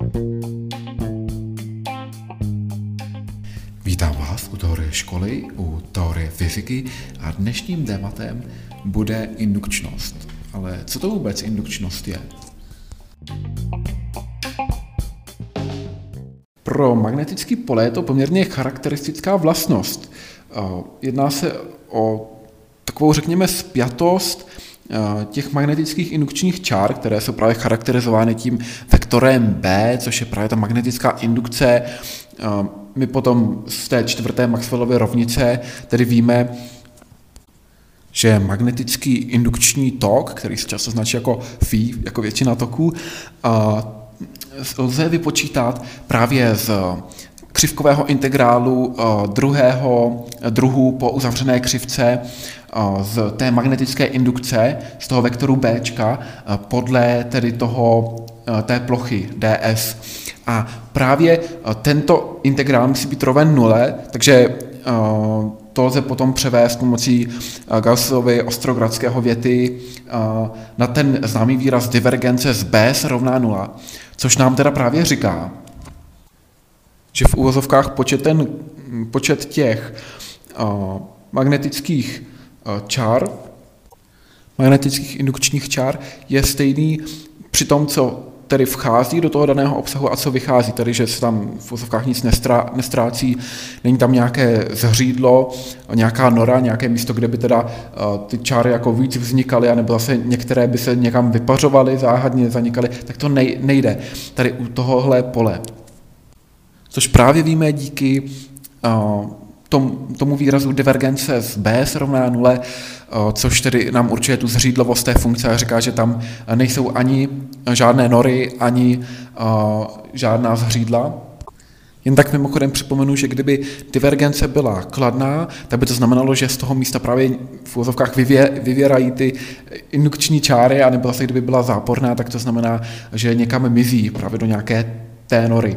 Vítám vás u teorie školy, u teorie fyziky a dnešním tématem bude indukčnost. Ale co to vůbec indukčnost je? Pro magnetické pole je to poměrně charakteristická vlastnost. Jedná se o takovou, řekněme, spjatost těch magnetických indukčních čár, které jsou právě charakterizovány tím vektorem B, což je právě ta magnetická indukce. My potom z té čtvrté Maxwellovy rovnice tedy víme, že magnetický indukční tok, který se často značí jako phi, jako většina toků, lze vypočítat právě z křivkového integrálu druhu po uzavřené křivce z té magnetické indukce, z toho vektoru B, podle tedy té plochy ds. A právě tento integrál musí být roven nule, takže to lze potom převést pomocí Gaussovy ostrogradského věty na ten známý výraz divergence z B se rovná nula, což nám teda právě říká, že v uvozovkách počet těch magnetických čár, magnetických indukčních čár je stejný při tom, co tedy vchází do toho daného obsahu a co vychází, tedy že se tam v uvozovkách nic nestrácí, není tam nějaké zhřídlo, nějaká nora, nějaké místo, kde by teda ty čáry jako víc vznikaly, anebo zase některé by se někam vypařovaly, záhadně zanikaly, tak to nejde tady u tohohle pole. Což právě víme díky tomu výrazu divergence z B se rovná nule, což tedy nám určuje tu zřídlovost té funkce a říká, že tam nejsou ani žádné nory, ani žádná zhřídla. Jen tak mimochodem připomenu, že kdyby divergence byla kladná, tak by to znamenalo, že z toho místa právě v uvozovkách vyvěrají ty indukční čáry, anebo zase kdyby byla záporná, tak to znamená, že někam mizí právě do nějaké té nory.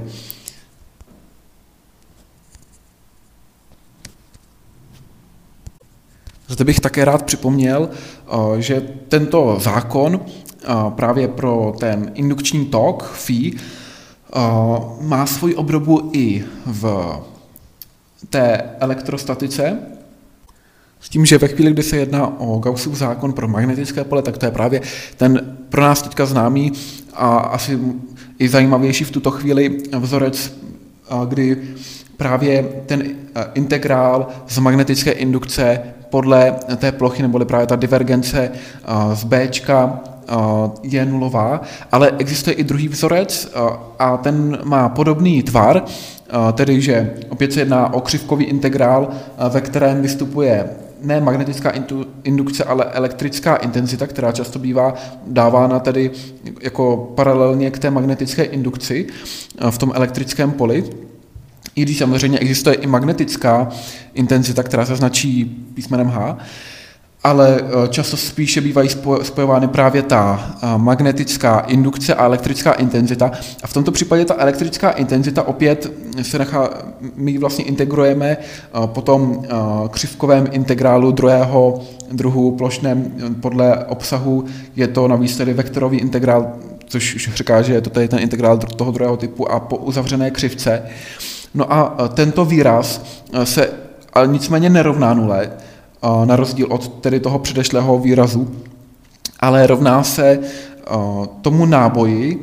Zde bych také rád připomněl, že tento zákon právě pro ten indukční tok phi má svoji obdobu i v té elektrostatice, s tím, že ve chvíli, kdy se jedná o Gaussův zákon pro magnetické pole, tak to je právě ten pro nás teďka známý a asi i zajímavější v tuto chvíli vzorec, kdy právě ten integrál z magnetické indukce podle té plochy, neboli právě ta divergence z B je nulová, ale existuje i druhý vzorec a ten má podobný tvar, tedy že opět se jedná o křivkový integrál, ve kterém vystupuje ne magnetická indukce, ale elektrická intenzita, která často bývá dávána tedy jako paralelně k té magnetické indukci v tom elektrickém poli. I když samozřejmě existuje i magnetická intenzita, která se značí písmenem H, ale často spíše bývají spojovány právě ta magnetická indukce a elektrická intenzita. A v tomto případě ta elektrická intenzita opět my ji vlastně integrujeme po tom křivkovém integrálu druhu plošném podle obsahu. Je to navíc tedy vektorový integrál, což už říká, že je to tady ten integrál toho druhého typu a po uzavřené křivce. No a tento výraz se ale nicméně nerovná nule, na rozdíl od tedy toho předešlého výrazu, ale rovná se tomu náboji,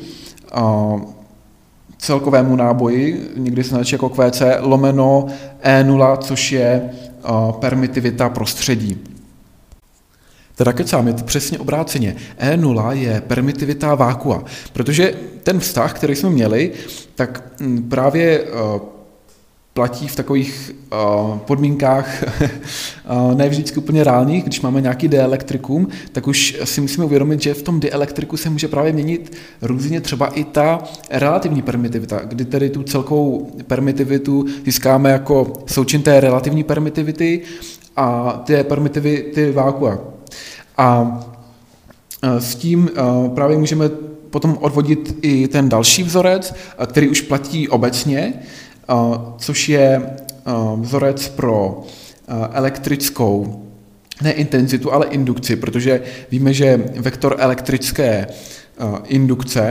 celkovému náboji, někdy se značí jako QC, lomeno E0, což je permitivita prostředí. Teda kecám, je to přesně obráceně. E0 je permitivita vákua, protože ten vztah, který jsme měli, tak právě platí v takových podmínkách ne vždycky úplně reálných. Když máme nějaký dielektrikum, tak už si musíme uvědomit, že v tom dielektriku se může právě měnit různě třeba i ta relativní permitivita, kdy tedy tu celkovou permitivitu získáme jako součin té relativní permitivity a té permitivity vákua. A s tím právě můžeme potom odvodit i ten další vzorec, který už platí obecně, což je vzorec pro elektrickou, ne intenzitu, ale indukci, protože víme, že vektor elektrické indukce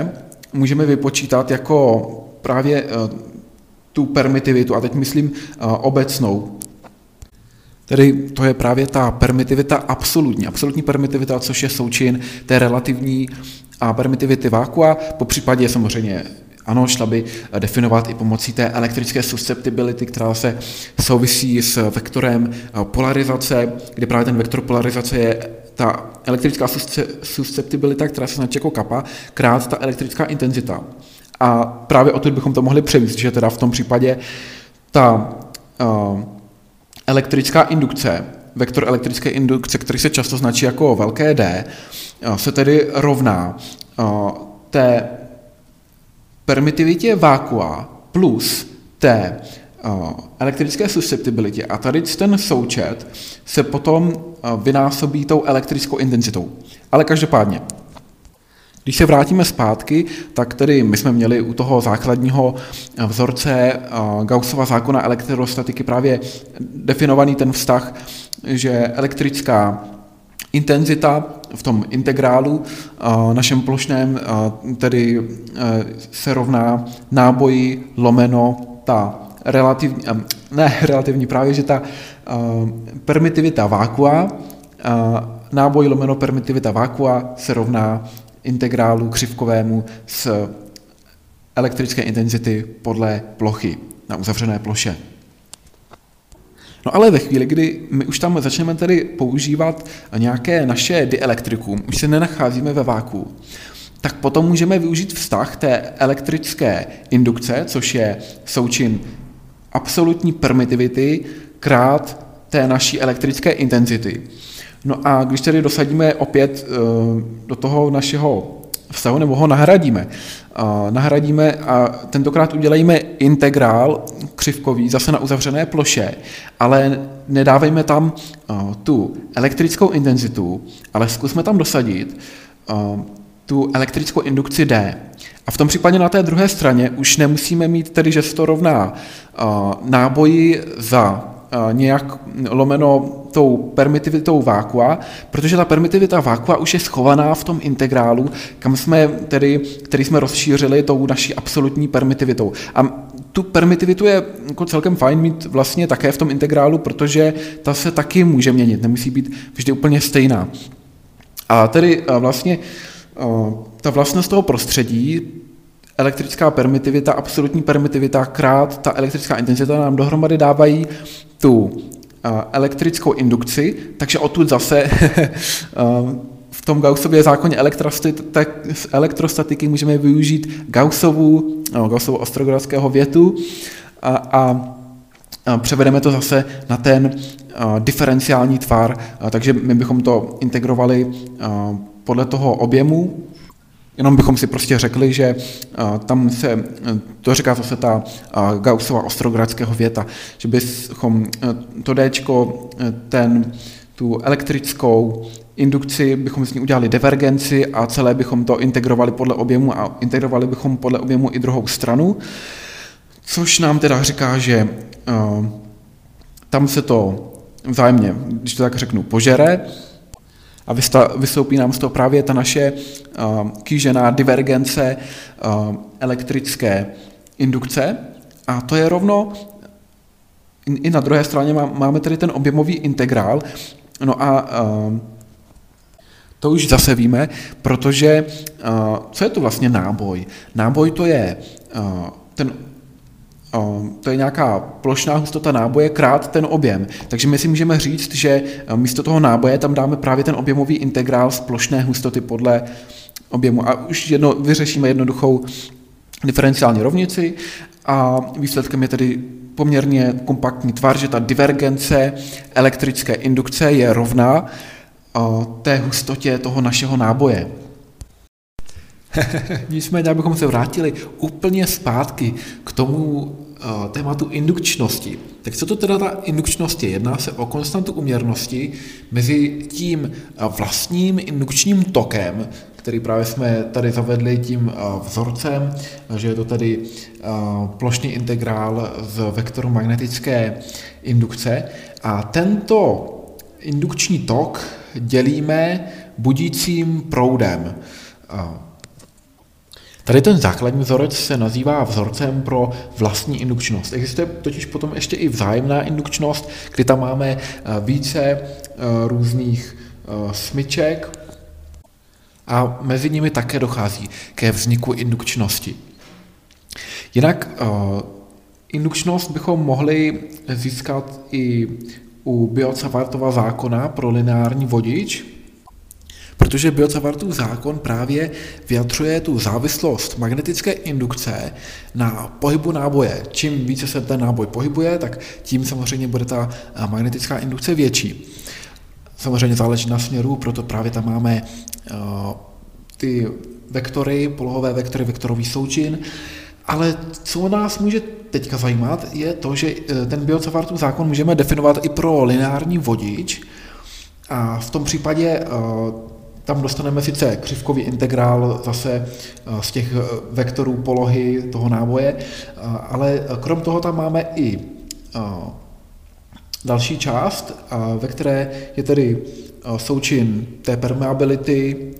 můžeme vypočítat jako právě tu permitivitu, a teď myslím obecnou. Tedy to je právě ta permitivita absolutní permitivita, což je součin té relativní permitivity vákua, po případě samozřejmě ano, šla by definovat i pomocí té elektrické susceptibility, která se souvisí s vektorem polarizace, kde právě ten vektor polarizace je ta elektrická susceptibilita, která se značí jako kappa, krát ta elektrická intenzita. A právě odtud bychom to mohli převést, že teda v tom případě ta elektrická indukce, vektor elektrické indukce, který se často značí jako velké D, se tedy rovná té permitivitě vákua plus té elektrické susceptibilitě. A tady ten součet se potom vynásobí tou elektrickou intenzitou. Ale každopádně, když se vrátíme zpátky, tak tedy my jsme měli u toho základního vzorce Gaussova zákona elektrostatiky právě definovaný ten vztah, že elektrická intenzita v tom integrálu našem plošném tedy se rovná náboji lomeno ta relativní právě, že ta permitivita vákua, náboj lomeno permitivita vákua se rovná integrálu křivkovému z elektrické intenzity podle plochy na uzavřené ploše. No ale ve chvíli, kdy my už tam začneme tedy používat nějaké naše dielektrikum, už se nenacházíme ve vákuu, tak potom můžeme využít vztah té elektrické indukce, což je součin absolutní permitivity krát té naší elektrické intenzity. No a když tedy dosadíme opět do toho našeho vztahu, nebo ho nahradíme a tentokrát udělejme integrál křivkový zase na uzavřené ploše, ale nedávejme tam tu elektrickou intenzitu, ale zkusme tam dosadit tu elektrickou indukci D. A v tom případě na té druhé straně už nemusíme mít tedy, že se to rovná náboji za nějak lomeno tou permitivitou vákua, protože ta permitivita vákua už je schovaná v tom integrálu, kam jsme tedy, který jsme rozšířili tou naší absolutní permitivitou. A tu permitivitu je jako celkem fajn mít vlastně také v tom integrálu, protože ta se taky může měnit, nemusí být vždy úplně stejná. A tedy vlastně ta vlastnost toho prostředí, elektrická permitivita, absolutní permitivita krát ta elektrická intenzita nám dohromady dávají tu elektrickou indukci, takže odtud zase v tom Gaussově zákoně elektrostatiky můžeme využít Gaussovu Ostrogradského větu a převedeme to zase na ten diferenciální tvar, takže my bychom to integrovali podle toho objemu, jenom bychom si prostě řekli, že tam se, to říká zase ta Gaussova Ostrogradského věta, že bychom to Dčko, tu elektrickou indukci, bychom s ní udělali divergenci a celé bychom to integrovali podle objemu a integrovali bychom podle objemu i druhou stranu, což nám teda říká, že tam se to vzájemně, když to tak řeknu, požere, a vystoupí nám z toho právě ta naše kýžená divergence elektrické indukce. A to je rovno, i na druhé straně máme tedy ten objemový integrál. No a to už zase víme, protože co je to vlastně náboj? Náboj to je to je nějaká plošná hustota náboje krát ten objem. Takže my si můžeme říct, že místo toho náboje tam dáme právě ten objemový integrál z plošné hustoty podle objemu. A už vyřešíme jednoduchou diferenciální rovnici a výsledkem je tedy poměrně kompaktní tvar, že ta divergence elektrické indukce je rovná té hustotě toho našeho náboje. Nicméně, abychom se vrátili úplně zpátky k tomu tématu indukčnosti. Tak co to teda ta indukčnost je? Jedná se o konstantu uměrnosti mezi tím vlastním indukčním tokem, který právě jsme tady zavedli tím vzorcem, že je to tady plošný integrál z vektoru magnetické indukce. A tento indukční tok dělíme budícím proudem. Tady ten základní vzorec se nazývá vzorcem pro vlastní indukčnost. Existuje totiž potom ještě i vzájemná indukčnost, kdy tam máme více různých smyček a mezi nimi také dochází ke vzniku indukčnosti. Jinak indukčnost bychom mohli získat i u Biot-Savartova zákona pro lineární vodič, protože Biot-Savartův zákon právě vyjadřuje tu závislost magnetické indukce na pohybu náboje. Čím více se ten náboj pohybuje, tak tím samozřejmě bude ta magnetická indukce větší. Samozřejmě záleží na směru, proto právě tam máme ty vektory, polohové vektory, vektorový součin. Ale co nás může teďka zajímat, je to, že ten Biot-Savartův zákon můžeme definovat i pro lineární vodič. A v tom případě tam dostaneme sice křivkový integrál zase z těch vektorů polohy toho náboje, ale krom toho tam máme i další část, ve které je tedy součin té permeability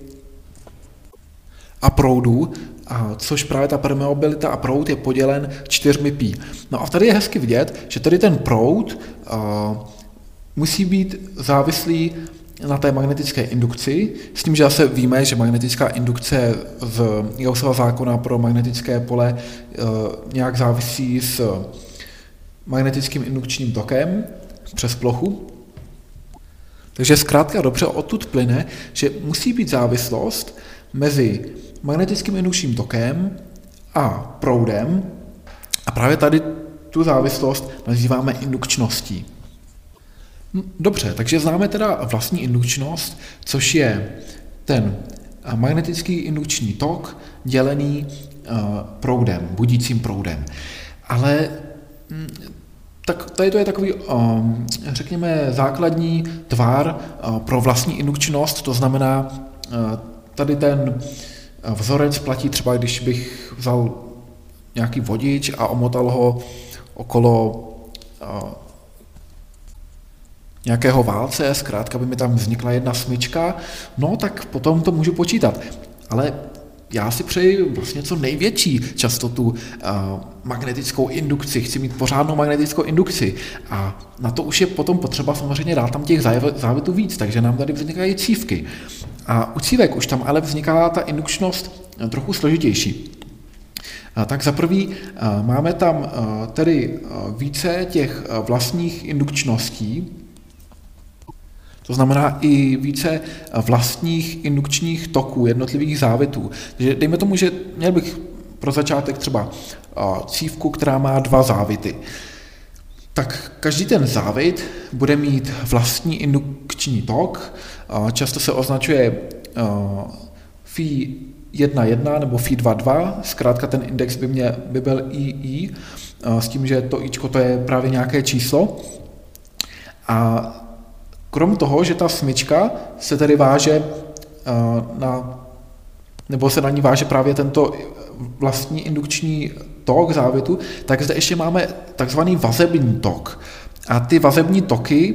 a proudu, což právě ta permeabilita a proud je podělen 4 π. No a tady je hezky vidět, že tady ten proud musí být závislý na té magnetické indukci, s tím, že zase víme, že magnetická indukce z Gaussova zákona pro magnetické pole nějak závisí s magnetickým indukčním tokem přes plochu. Takže zkrátka dobře odtud plyne, že musí být závislost mezi magnetickým indukčním tokem a proudem a právě tady tu závislost nazýváme indukčností. Dobře, takže známe teda vlastní indukčnost, což je ten magnetický indukční tok dělený proudem, budícím proudem. Ale tak tady to je takový, řekněme, základní tvar pro vlastní indukčnost, to znamená, tady ten vzorec platí třeba, když bych vzal nějaký vodič a omotal ho okolo nějakého válce, zkrátka by mi tam vznikla jedna smyčka, no tak potom to můžu počítat. Ale já si přeji vlastně co největší častotu magnetickou indukci, chci mít pořádnou magnetickou indukci a na to už je potom potřeba samozřejmě dát tam těch závitů víc, takže nám tady vznikají cívky. A u cívek už tam ale vzniká ta indukčnost trochu složitější. Tak za prvý máme tam tedy více těch vlastních indukčností, to znamená i více vlastních indukčních toků, jednotlivých závitů. Takže dejme tomu, že měl bych pro začátek třeba cívku, která má 2 závity. Tak každý ten závit bude mít vlastní indukční tok, často se označuje Φ 1,1 nebo Φ 2,2, zkrátka ten index by byl II, s tím, že to Ičko to je právě nějaké číslo. A krom toho, že ta smyčka se tedy váže nebo se na ní váže právě tento vlastní indukční tok závitu, tak zde ještě máme takzvaný vazební tok. A ty vazební toky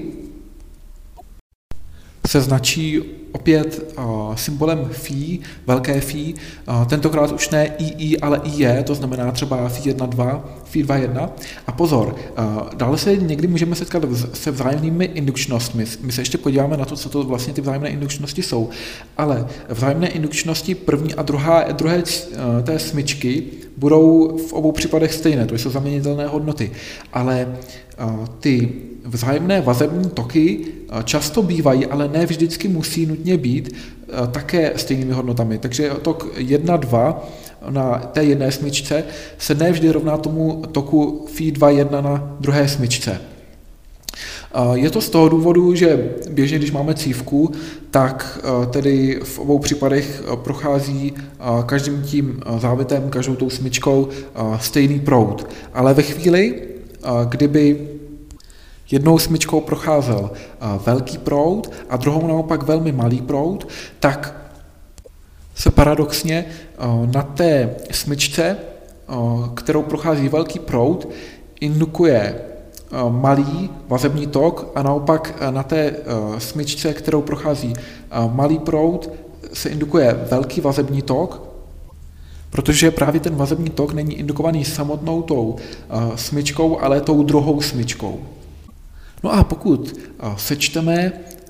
se značí opět symbolem Φ, velké Φ, tentokrát už ne II, ale IE, to znamená třeba Φ 1,2, Φ 2,1. A pozor, dále se někdy můžeme setkat se vzájemnými indukčnostmi. My se ještě podíváme na to, co to vlastně ty vzájemné indukčnosti jsou. Ale vzájemné indukčnosti první a druhé té smyčky budou v obou případech stejné, to jsou zaměnitelné hodnoty. Ale ty vzájemné vazební toky často bývají, ale ne vždycky musí nutně být také stejnými hodnotami. Takže tok 1,2 na té jedné smyčce se ne vždy rovná tomu toku Φ 2,1 na druhé smyčce. Je to z toho důvodu, že běžně, když máme cívku, tak tedy v obou případech prochází každým tím závitem, každou tou smyčkou stejný proud. Ale ve chvíli, kdyby jednou smyčkou procházel velký proud a druhou naopak velmi malý proud, tak se paradoxně na té smyčce, kterou prochází velký proud, indukuje malý vazební tok a naopak na té smyčce, kterou prochází malý proud, se indukuje velký vazební tok protože právě ten vazební tok není indukovaný samotnou tou smyčkou, ale tou druhou smyčkou. No a pokud sečteme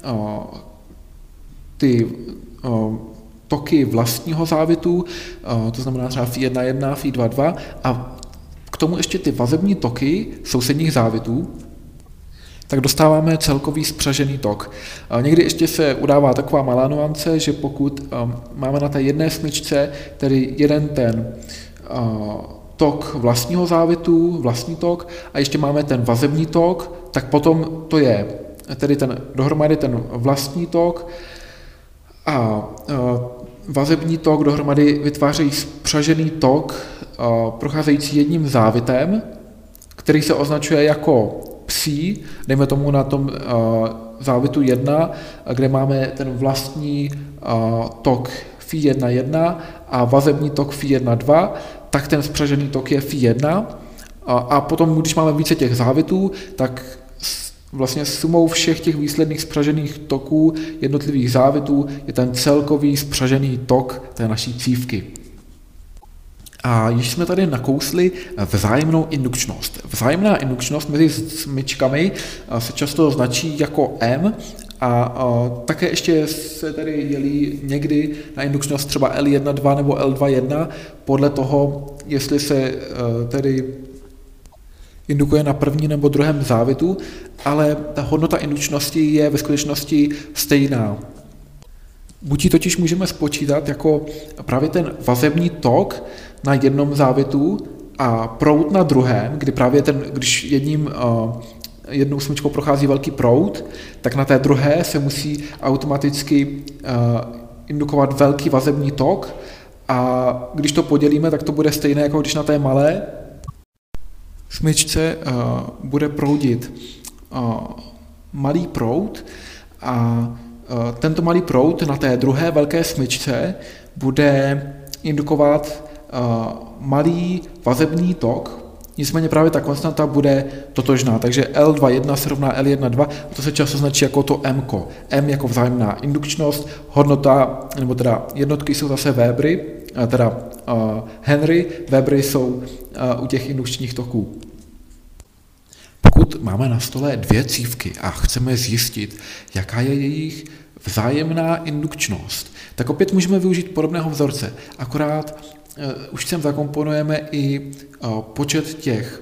ty toky vlastního závitu, to znamená třeba Φ1,1, Φ2,2 a k tomu ještě ty vazební toky sousedních závitů, tak dostáváme celkový spřažený tok. Někdy ještě se udává taková malá nuance, že pokud máme na té jedné smyčce tedy jeden ten tok vlastního závitu, vlastní tok, a ještě máme ten vazební tok, tak potom to je tedy dohromady ten vlastní tok a vazební tok dohromady vytvářejí spřažený tok procházející jedním závitem, který se označuje jako psí, dejme tomu na tom závitu 1, kde máme ten vlastní tok Φ1,1 a vazební tok Φ1,2, tak ten spřažený tok je Φ1. A potom, když máme více těch závitů, tak vlastně sumou všech těch výsledných spřažených toků jednotlivých závitů je ten celkový spřažený tok té naší cívky. A již jsme tady nakousli vzájemnou indukčnost. Vzájemná indukčnost mezi smyčkami se často značí jako M a také ještě se tady dělí někdy na indukčnost třeba L1,2 nebo L2,1 podle toho, jestli se tedy indukuje na první nebo druhém závitu, ale ta hodnota indukčnosti je ve skutečnosti stejná. Buď ji totiž můžeme spočítat jako právě ten vazební tok na jednom závitu a proud na druhém, kdy právě když jednou smyčkou prochází velký proud, tak na té druhé se musí automaticky indukovat velký vazební tok a když to podělíme, tak to bude stejné, jako když na té malé smyčce bude proudit malý proud a tento malý proud na té druhé velké smyčce bude indukovat malý vazební tok, nicméně právě ta konstanta bude totožná, takže L2,1 se rovná L1,2 a to se často značí jako to M-ko. M jako vzájemná indukčnost, hodnota, nebo teda jednotky jsou zase Webry, teda Henry, Webry jsou u těch indukčních toků. Pokud máme na stole dvě cívky a chceme zjistit, jaká je jejich vzájemná indukčnost, tak opět můžeme využít podobného vzorce, akorát už sem zakomponujeme i počet těch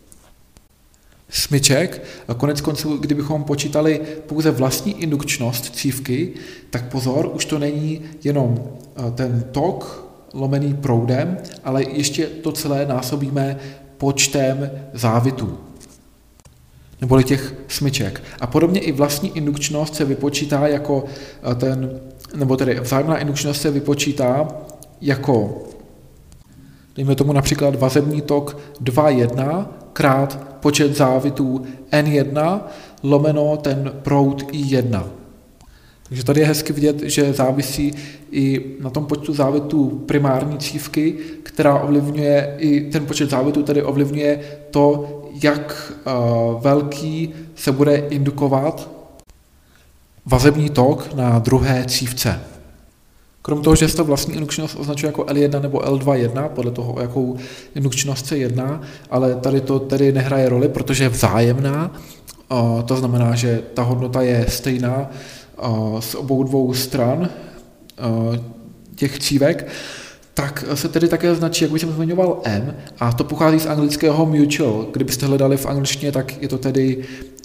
smyček. Konec konců, kdybychom počítali pouze vlastní indukčnost cívky, tak pozor, už to není jenom ten tok lomený proudem, ale ještě to celé násobíme počtem závitů, neboli těch smyček. A podobně i vlastní indukčnost se vypočítá jako nebo tedy vzájemná indukčnost se vypočítá jako, dejme tomu například vazební tok 2,1 krát počet závitů N1 lomeno ten proud I1. Takže tady je hezky vidět, že závisí i na tom počtu závitů primární cívky, která ovlivňuje i ten počet závitů, tedy ovlivňuje to, jak velký se bude indukovat vazební tok na druhé cívce. Krom toho, že se to vlastní indukčnost označuje jako L1 nebo L2,1, podle toho, o jakou indukčnost se jedná, ale tady to tedy nehraje roli, protože je vzájemná, to znamená, že ta hodnota je stejná z obou dvou stran těch cívek, tak se tedy také značí, jak bych jsem zmiňoval, M, a to pochází z anglického mutual. Kdybyste hledali v angličtině, tak je to tedy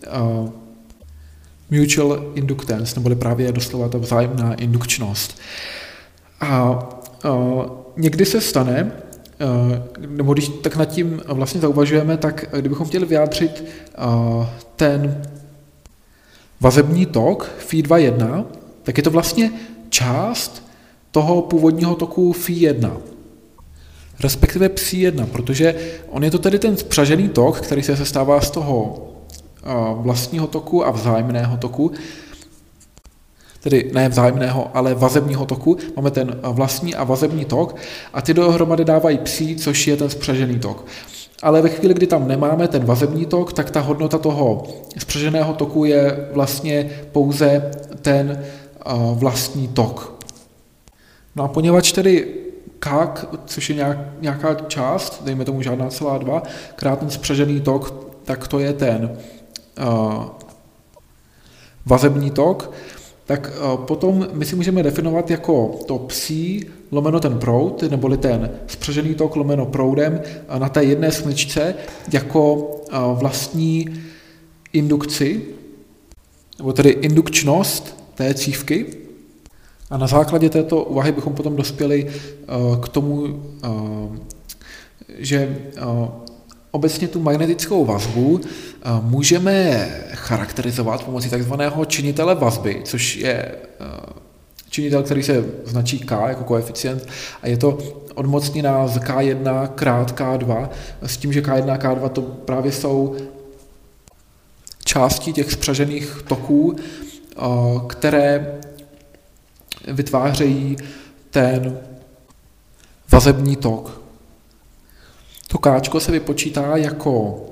mutual inductance, neboli právě doslova ta vzájemná indukčnost. A někdy se stane, nebo když tak nad tím vlastně zauvažujeme, tak kdybychom chtěli vyjádřit ten vazební tok Φ2,1, tak je to vlastně část toho původního toku Φ1, respektive Ψ1, protože on je to tedy ten spřažený tok, který se sestává z toho vlastního toku a vzájemného toku, tedy ne vzájemného, ale vazebního toku. Máme ten vlastní a vazební tok a ty dohromady dávají psí, což je ten spřažený tok. Ale ve chvíli, kdy tam nemáme ten vazební tok, tak ta hodnota toho spřaženého toku je vlastně pouze ten vlastní tok. No a poněvadž tedy K, což je nějaká část, dejme tomu žádná celá 2, krát ten spřažený tok, tak to je ten vazební tok, tak potom my si můžeme definovat jako to psí lomeno ten proud, neboli ten spřažený tok lomeno proudem na té jedné smyčce jako vlastní indukci, nebo tedy indukčnost té cívky. A na základě této úvahy bychom potom dospěli k tomu, že obecně tu magnetickou vazbu můžeme charakterizovat pomocí takzvaného činitele vazby, což je činitel, který se značí K jako koeficient a je to odmocněná z K1 krát K2 s tím, že K1 a K2 to právě jsou části těch spřažených toků, které vytvářejí ten vazební tok. To Káčko se vypočítá jako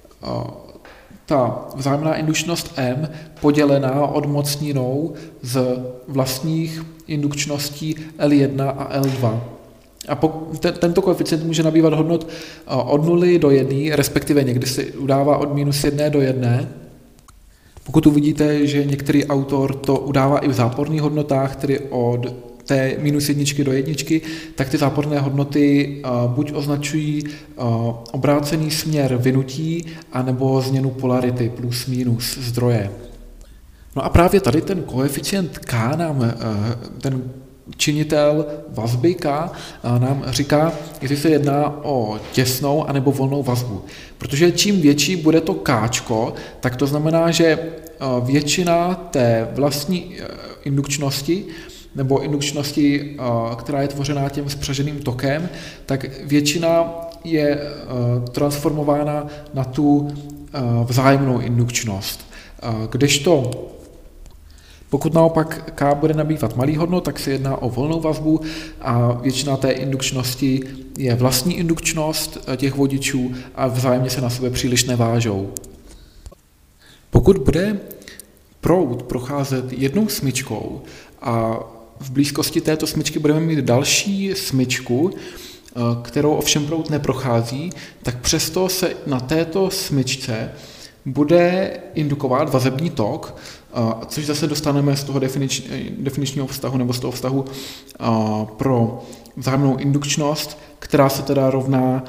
ta vzájemná indukčnost M podělená odmocninou z vlastních indukčností L1 a L2. A tento koeficient může nabývat hodnot od 0 do 1, respektive někdy se udává od -1 do 1. Pokud uvidíte, že některý autor to udává i v záporných hodnotách, tedy od té -1 do 1, tak ty záporné hodnoty buď označují obrácený směr vynutí, anebo změnu polarity plus minus zdroje. No a právě tady ten koeficient K nám, ten činitel vazby K nám říká, jestli se jedná o těsnou anebo volnou vazbu. Protože čím větší bude to Káčko, tak to znamená, že většina té vlastní indukčnosti nebo indukčnosti, která je tvořená tím spřaženým tokem, tak většina je transformována na tu vzájemnou indukčnost. Kdežto pokud naopak K bude nabývat malý hodnot, tak se jedná o volnou vazbu a většina té indukčnosti je vlastní indukčnost těch vodičů a vzájemně se na sebe příliš nevážou. Pokud bude proud procházet jednou smyčkou a v blízkosti této smyčky budeme mít další smyčku, kterou ovšem proud neprochází, tak přesto se na této smyčce bude indukovat vazební tok, což zase dostaneme z toho definičního vztahu nebo z toho vztahu pro vzájemnou indukčnost, která se teda rovná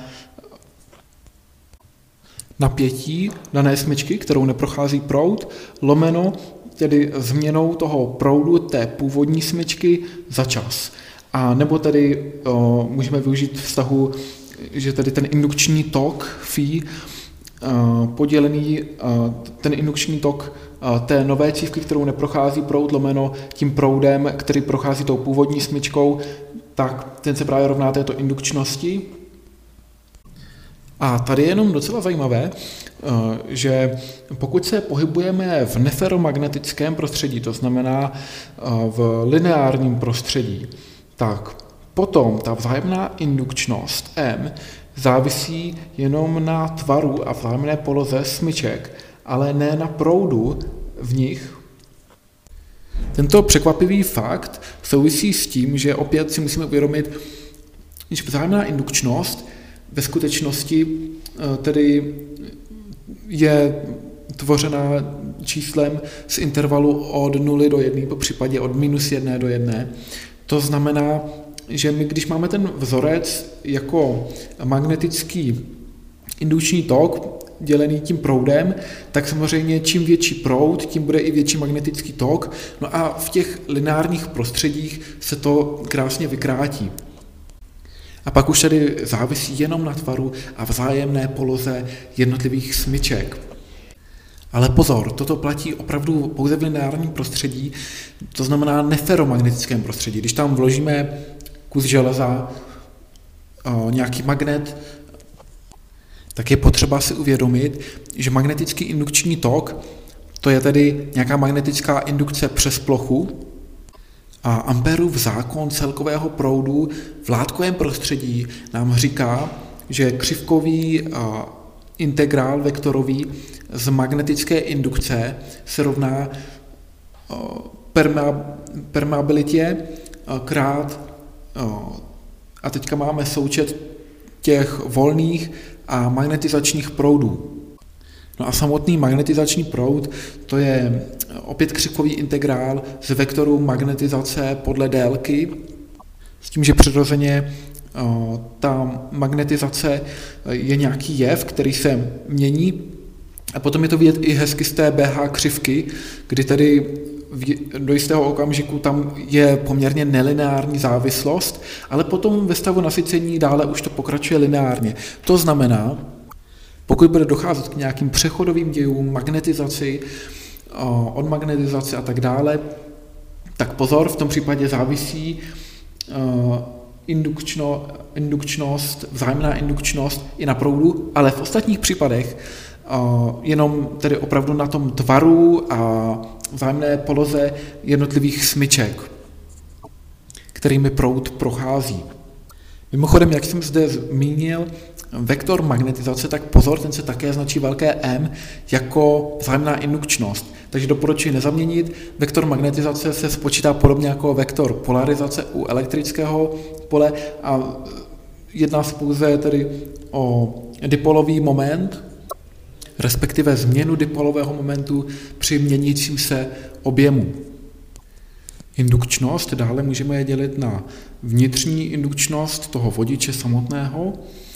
napětí dané smyčky, kterou neprochází proud, lomeno tedy změnou toho proudu té původní smyčky za čas. A nebo tedy můžeme využít vztahu, že tedy ten indukční tok phi podělený ten indukční tok té nové cívky, kterou neprochází proud, lomeno tím proudem, který prochází tou původní smyčkou, tak ten se právě rovná této indukčnosti. A tady je jenom docela zajímavé, že pokud se pohybujeme v neferomagnetickém prostředí, to znamená v lineárním prostředí, tak potom ta vzájemná indukčnost M závisí jenom na tvaru a vzájemné poloze smyček, ale ne na proudu v nich. Tento překvapivý fakt souvisí s tím, že opět si musíme uvědomit, že vzájemná indukčnost ve skutečnosti tedy je tvořena číslem z intervalu od 0 do 1, po případě od -1 do 1. To znamená, že my, když máme ten vzorec jako magnetický indukční tok dělený tím proudem, tak samozřejmě čím větší proud, tím bude i větší magnetický tok. No a v těch lineárních prostředích se to krásně vykrátí. A pak už tady závisí jenom na tvaru a vzájemné poloze jednotlivých smyček. Ale pozor, toto platí opravdu pouze v lineárním prostředí, to znamená neferomagnetickém prostředí. Když tam vložíme kus železa, nějaký magnet, tak je potřeba si uvědomit, že magnetický indukční tok, to je tedy nějaká magnetická indukce přes plochu, a Amperův zákon celkového proudu v látkovém prostředí nám říká, že křivkový integrál vektorový z magnetické indukce se rovná permeabilitě krát A teďka máme součet těch volných a magnetizačních proudů. No a samotný magnetizační proud, to je opět křivkový integrál z vektoru magnetizace podle délky, s tím, že přirozeně ta magnetizace je nějaký jev, který se mění, a potom je to vidět i hezky z té BH křivky, kdy tedy do jistého okamžiku tam je poměrně nelineární závislost, ale potom ve stavu nasycení dále už to pokračuje lineárně. To znamená, pokud bude docházet k nějakým přechodovým dějům, magnetizaci, odmagnetizaci a tak dále, tak pozor, v tom případě závisí indukčnost, vzájemná indukčnost i na proudu, ale v ostatních případech jenom tedy opravdu na tom tvaru a vzájemné poloze jednotlivých smyček, kterými proud prochází. Mimochodem, jak jsem zde zmínil, vektor magnetizace, tak pozor, ten se také značí velké M jako vzájemná indukčnost. Takže doporučuji nezaměnit. Vektor magnetizace se spočítá podobně jako vektor polarizace u elektrického pole a jedná se pouze tedy o dipolový moment, respektive změnu dipolového momentu při měnícím se objemu. Indukčnost, dále můžeme je dělit na vnitřní indukčnost toho vodiče samotného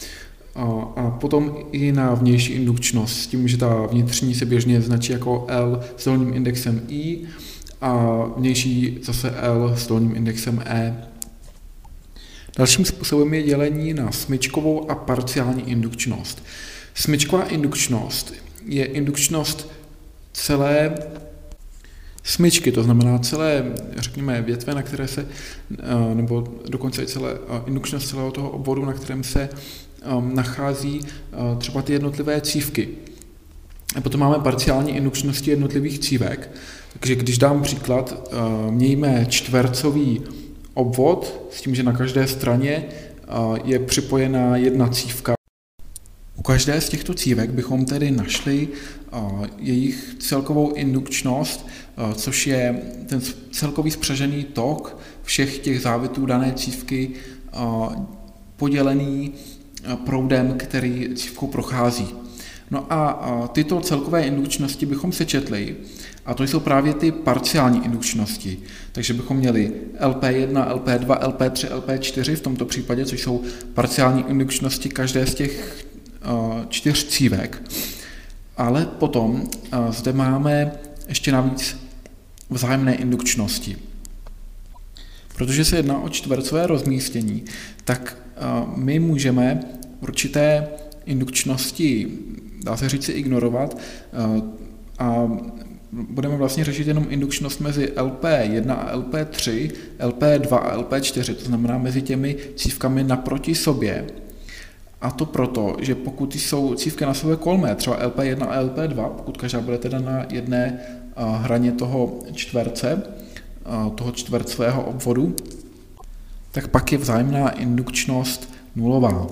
a potom i na vnější indukčnost, s tím, že ta vnitřní se běžně značí jako L s dolním indexem I a vnější zase L s dolním indexem E. Dalším způsobem je dělení na smyčkovou a parciální indukčnost. Smyčková indukčnost je indukčnost celé smyčky, to znamená celé, řekněme, větve, na které se, nebo dokonce i celé indukčnost celého toho obvodu, na kterém se nachází třeba ty jednotlivé cívky. A potom máme parciální indukčnosti jednotlivých cívek. Takže když dám příklad, mějme čtvercový obvod s tím, že na každé straně je připojená jedna cívka. U každé z těchto cívek bychom tedy našli jejich celkovou indukčnost, což je ten celkový spřažený tok všech těch závitů dané cívky podělený proudem, který cívkou prochází. No a tyto celkové indukčnosti bychom sečetli, a to jsou právě ty parciální indukčnosti. Takže bychom měli LP1, LP2, LP3, LP4 v tomto případě, což jsou parciální indukčnosti každé z těch 4 cívek. Ale potom zde máme ještě navíc vzájemné indukčnosti. Protože se jedná o čtvercové rozmístění, tak my můžeme určité indukčnosti, dá se říct, ignorovat a budeme vlastně řešit jenom indukčnost mezi LP1 a LP3, LP2 a LP4, to znamená mezi těmi cívkami naproti sobě. A to proto, že pokud jsou cívky na sebe kolmé, třeba LP1 a LP2, pokud každá bude teda na jedné hraně toho čtverce, toho čtvercového obvodu, tak pak je vzájemná indukčnost nulová.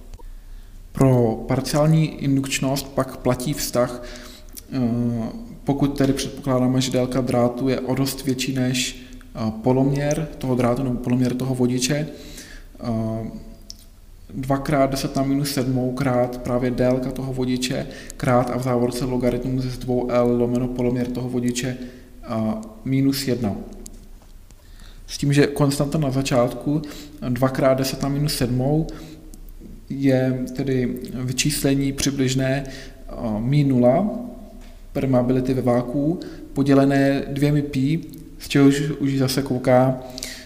Pro parciální indukčnost pak platí vztah, pokud tedy předpokládáme, že délka drátu je o dost větší než poloměr toho drátu nebo poloměr toho vodiče, 2x10 na minus 7 krát právě délka toho vodiče krát a v závorce logaritmus z 2L lomeno poloměr toho vodiče minus 1. S tím, že konstanta na začátku 2x10 na minus 7 je tedy vyčíslení přibližné μ0 permeability ve vákuu podělené 2π, z čehož už zase kouká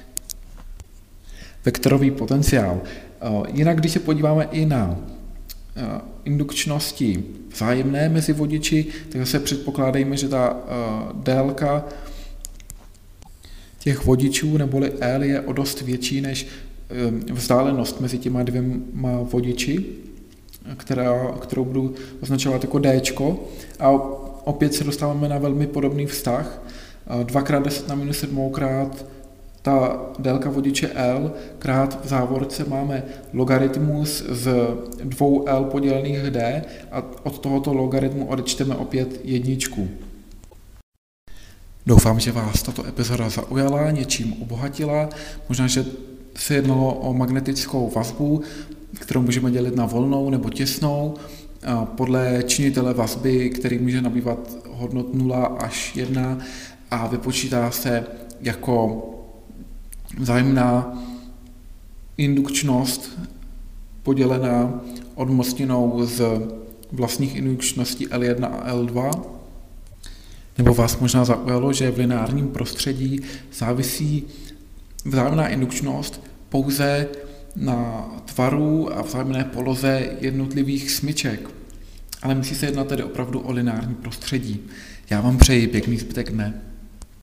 vektorový potenciál. Jinak, když se podíváme i na indukčnosti vzájemné mezi vodiči, tak zase předpokládejme, že ta délka těch vodičů neboli L je o dost větší než vzdálenost mezi těma dvěma vodiči, kterou budu označovat jako D. A opět se dostáváme na velmi podobný vztah. 2x10 na minus 7 krát ta délka vodiče L krát v závorce máme logaritmus z 2L podělených D a od tohoto logaritmu odečteme opět jedničku. Doufám, že vás tato epizoda zaujala, něčím obohatila. Možná, že se jednalo o magnetickou vazbu, kterou můžeme dělit na volnou nebo těsnou, podle činitele vazby, který může nabývat hodnot 0 až 1 a vypočítá se jako vzájemná indukčnost podělená odmocněnou z vlastních indukčností L1 a L2. Nebo vás možná zaujalo, že v lineárním prostředí závisí vzájemná indukčnost pouze na tvaru a vzájemné poloze jednotlivých smyček. Ale musí se jednat tedy opravdu o lineární prostředí. Já vám přeji pěkný zbytek dne.